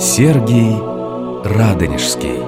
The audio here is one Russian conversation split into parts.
Сергий Радонежский.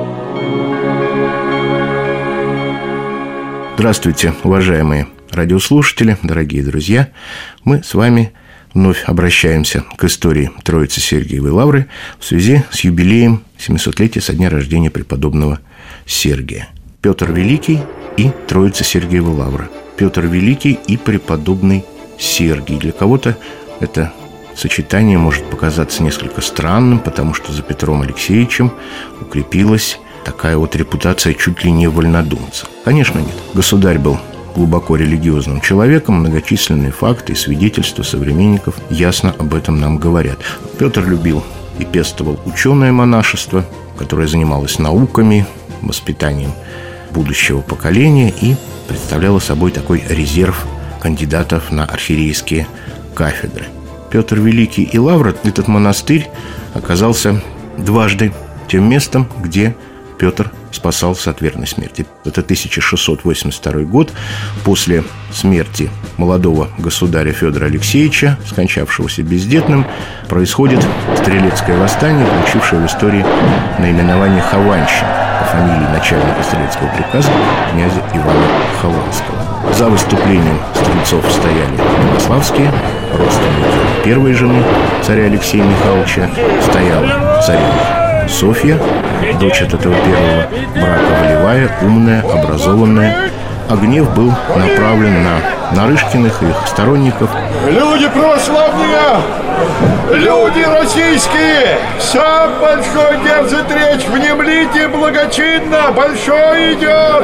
Здравствуйте, уважаемые радиослушатели, дорогие друзья. Мы с вами вновь обращаемся к истории Троицы Сергиевой Лавры в связи с юбилеем 700-летия со дня рождения преподобного Сергия. Петр Великий и Троица Сергиевой Лавры. Петр Великий и преподобный Сергий. Для кого-то это сочетание может показаться несколько странным, потому что за Петром Алексеевичем укрепилась такая вот репутация чуть ли не вольнодумца. Конечно, нет. Государь был глубоко религиозным человеком, многочисленные факты и свидетельства современников ясно об этом нам говорят. Петр любил и пестовал ученое монашество, которое занималось науками, воспитанием будущего поколения и представляло собой такой резерв кандидатов на архиерейские кафедры. Петр Великий и Лавра, этот монастырь оказался дважды тем местом, где Петр спасался от верной смерти. Это 1682 год. После смерти молодого государя Федора Алексеевича, скончавшегося бездетным, происходит стрелецкое восстание, получившее в истории наименование Хованщина по фамилии начальника стрелецкого приказа князя Ивана Хованского. За выступлением стрельцов стояли Ярославские, родственники первой жены царя Алексея Михайловича, стояла царевна Софья, дочь от этого первого брака, волевая, умная, образованная. А гнев был направлен на Нарышкиных и их сторонников. Люди православные, люди российские, сам Большой держит речь, внемлите благочинно, Большой идет.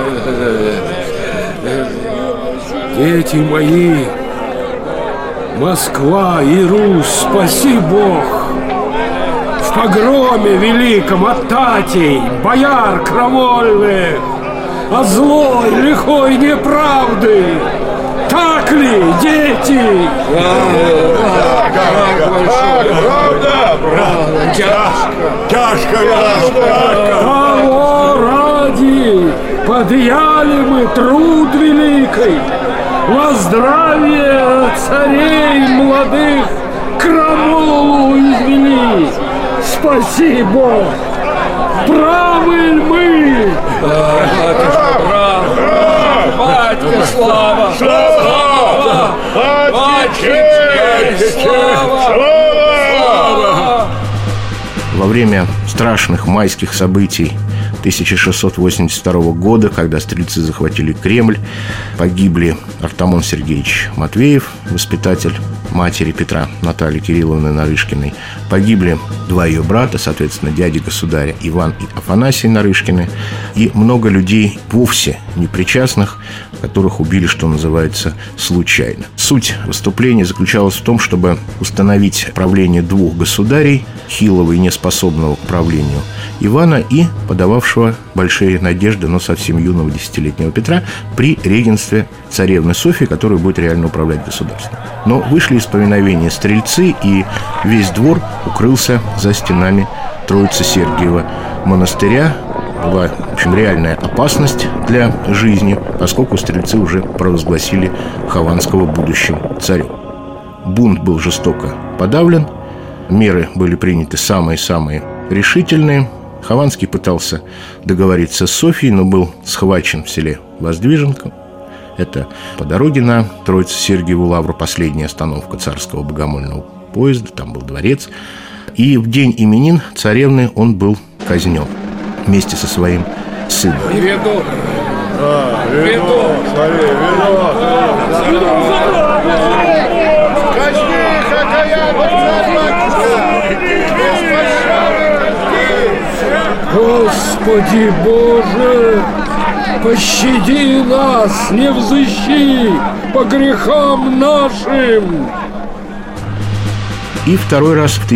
Дети мои, Москва и Русь, спаси Бог! В погроме великом от татей, бояр крамольных, от злой, лихой неправды. Так ли, дети? Правда, тяжко. Того ради подъяли мы труд великий, во здравие царей молодых крамолу извели. Спаси Бог! Правы ли мы? Батька, слава! Слава! Батька, слава! Во время страшных майских событий 1682 года, когда стрельцы захватили Кремль, погибли Артамон Сергеевич Матвеев, воспитатель матери Петра Натальи Кирилловны Нарышкиной. Погибли два ее брата, соответственно, дяди государя Иван и Афанасий Нарышкины, и много людей вовсе непричастных, которых убили, что называется, случайно. Суть выступления заключалась в том, чтобы установить правление двух государей, хилого и неспособного к правлению Ивана и подававшего большие надежды, но совсем юного 10-летнего Петра при регенстве царевны Софьи, которая будет реально управлять государством. Но вышли из повиновения стрельцы, и весь двор укрылся за стенами Троицы Сергиева монастыря. Была, в общем, реальная опасность для жизни, поскольку стрельцы уже провозгласили Хованского будущим царем. Бунт был жестоко подавлен, меры были приняты самые-самые решительные. Хованский пытался договориться с Софьей, но был схвачен в селе Воздвиженка. Это по дороге на Троицу Сергиеву Лавру, последняя остановка царского богомольного поезда, там был дворец. И в день именин царевны он был казнен вместе со своим сыном. Ведут! Господи Боже, пощади нас, не взыщи по грехам нашим. И второй раз в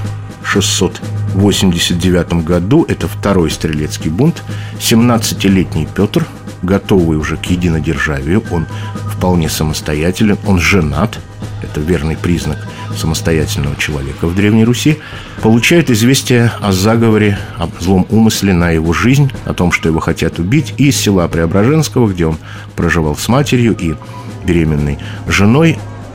1689 году, это второй стрелецкий бунт, 17-летний Петр, готовый уже к единодержавию, он вполне самостоятелен, он женат, это верный признак самостоятельного человека в Древней Руси, получает известие о заговоре, о злом умысле на его жизнь, о том, что его хотят убить, и из села Преображенского, где он проживал с матерью и беременной женой,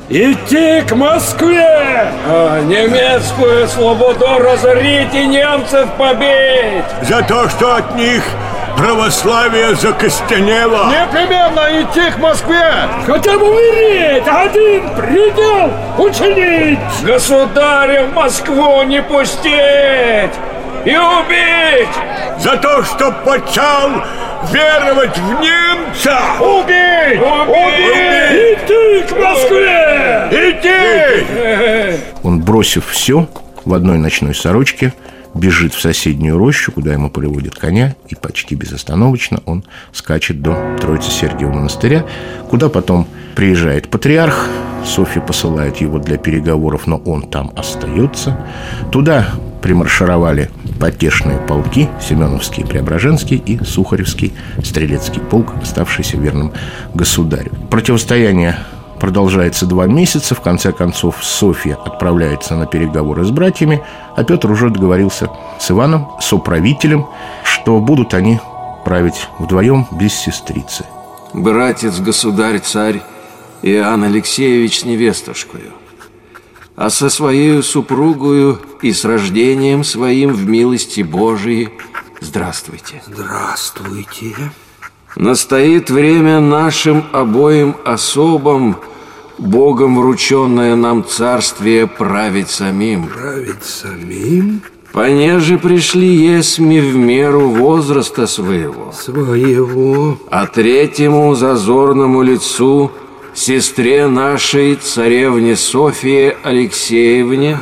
идти к Москве, немецкую слободу разорить и немцев побить. За то, что от них православие закостенело. Непременно идти к Москве. Хотя бы умереть, один предел учинить. Государя в Москву не пустить и убить. За то, что почал веровать в немца. Убить! Убить! Идти к Москве! Иди! Он, бросив все, в одной ночной сорочке бежит в соседнюю рощу, куда ему приводят коня, и почти безостановочно он скачет до Троицы-Сергиева монастыря, куда потом приезжает патриарх. Софья посылает его для переговоров, но он там остается. Туда примаршировали потешные полки, Семеновский, Преображенский и Сухаревский стрелецкий полк, оставшийся верным государю. Противостояние продолжается 2 месяца. В конце концов, Софья отправляется на переговоры с братьями, а Петр уже договорился с Иваном, соправителем, что будут они править вдвоем без сестрицы. Братец, государь-царь Иоанн Алексеевич с невестушкою, а со своей супругою и с рождением своим в милости Божией здравствуйте. Здравствуйте. Настоит время нашим обоим особам, Богом врученное нам царствие, править самим. Править самим? Понеже пришли есми в меру возраста своего. А третьему зазорному лицу, сестре нашей, царевне Софье Алексеевне,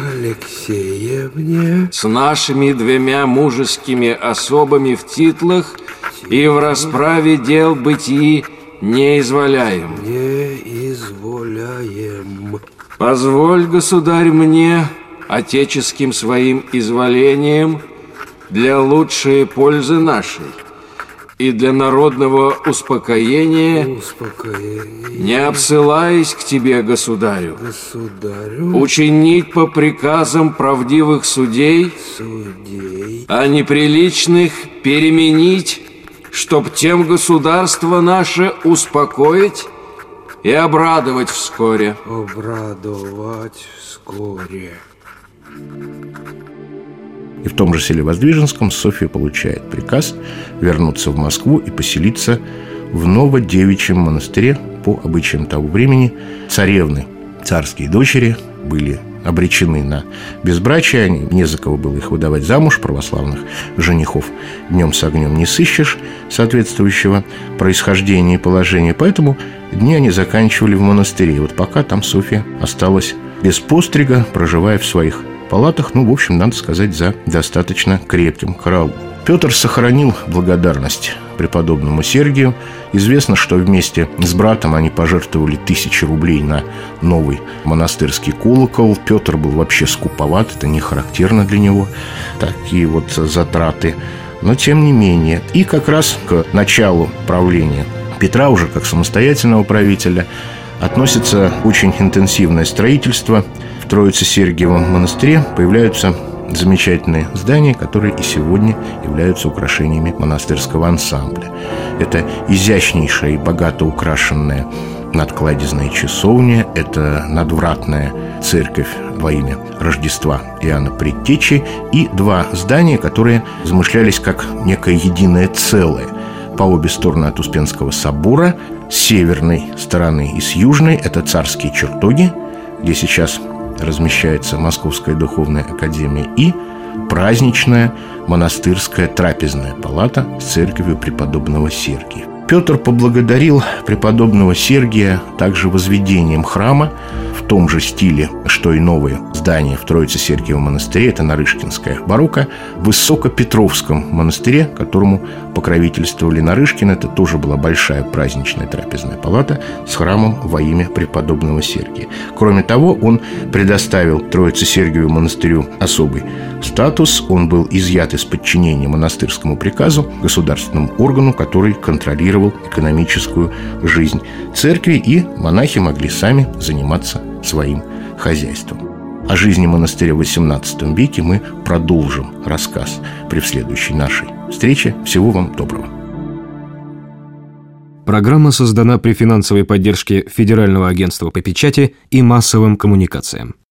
с нашими 2 мужескими особами в титлах и в расправе дел бытии не изволяем. Позволь, государь, мне отеческим своим изволением для лучшей пользы нашей и для народного успокоения, не обсылаясь к тебе, государю, учинить по приказам правдивых судей, а неприличных переменить, чтоб тем государство наше успокоить и обрадовать вскоре. И в том же селе Воздвиженском Софья получает приказ вернуться в Москву и поселиться в Новодевичьем монастыре. По обычаям того времени царевны, царские дочери, были обречены на безбрачие, не за кого было их выдавать замуж, православных женихов днем с огнем не сыщешь соответствующего происхождения и положения, поэтому дни они заканчивали в монастыре. И вот пока там Софья осталась без пострига, проживая в своих палатах, в общем, надо сказать, за достаточно крепким караулом. Петр сохранил благодарность преподобному Сергию. Известно, что вместе с братом они пожертвовали 1000 рублей на новый монастырский колокол. Петр был вообще скуповат, это не характерно для него, такие вот затраты. Но тем не менее, и как раз к началу правления Петра, уже как самостоятельного правителя, относится очень интенсивное строительство. В Троице-Сергиевом монастыре появляются замечательные здания, которые и сегодня являются украшениями монастырского ансамбля. Это изящнейшая и богато украшенная надкладезная часовня, это надвратная церковь во имя Рождества Иоанна Предтечи и 2 здания, которые замышлялись как некое единое целое. По обе стороны от Успенского собора, с северной стороны и с южной, это царские чертоги, где сейчас размещается Московская духовная академия, и праздничная монастырская трапезная палата с церковью преподобного Сергия. Петр поблагодарил преподобного Сергия также возведением храма в том же стиле, что и новые здания в Троице-Сергиевом монастыре, это Нарышкинская барокко, в Высокопетровском монастыре, которому покровительствовали Нарышкин. Это тоже была большая праздничная трапезная палата с храмом во имя преподобного Сергия. Кроме того, он предоставил Троице-Сергиеву монастырю особый статус. Он был изъят из подчинения монастырскому приказу, государственному органу, который контролировал экономическую жизнь церкви, и монахи могли сами заниматься своим хозяйством. О жизни монастыря в XVIII веке мы продолжим рассказ при следующей нашей встрече. Всего вам доброго. Программа создана при финансовой поддержке Федерального агентства по печати и массовым коммуникациям.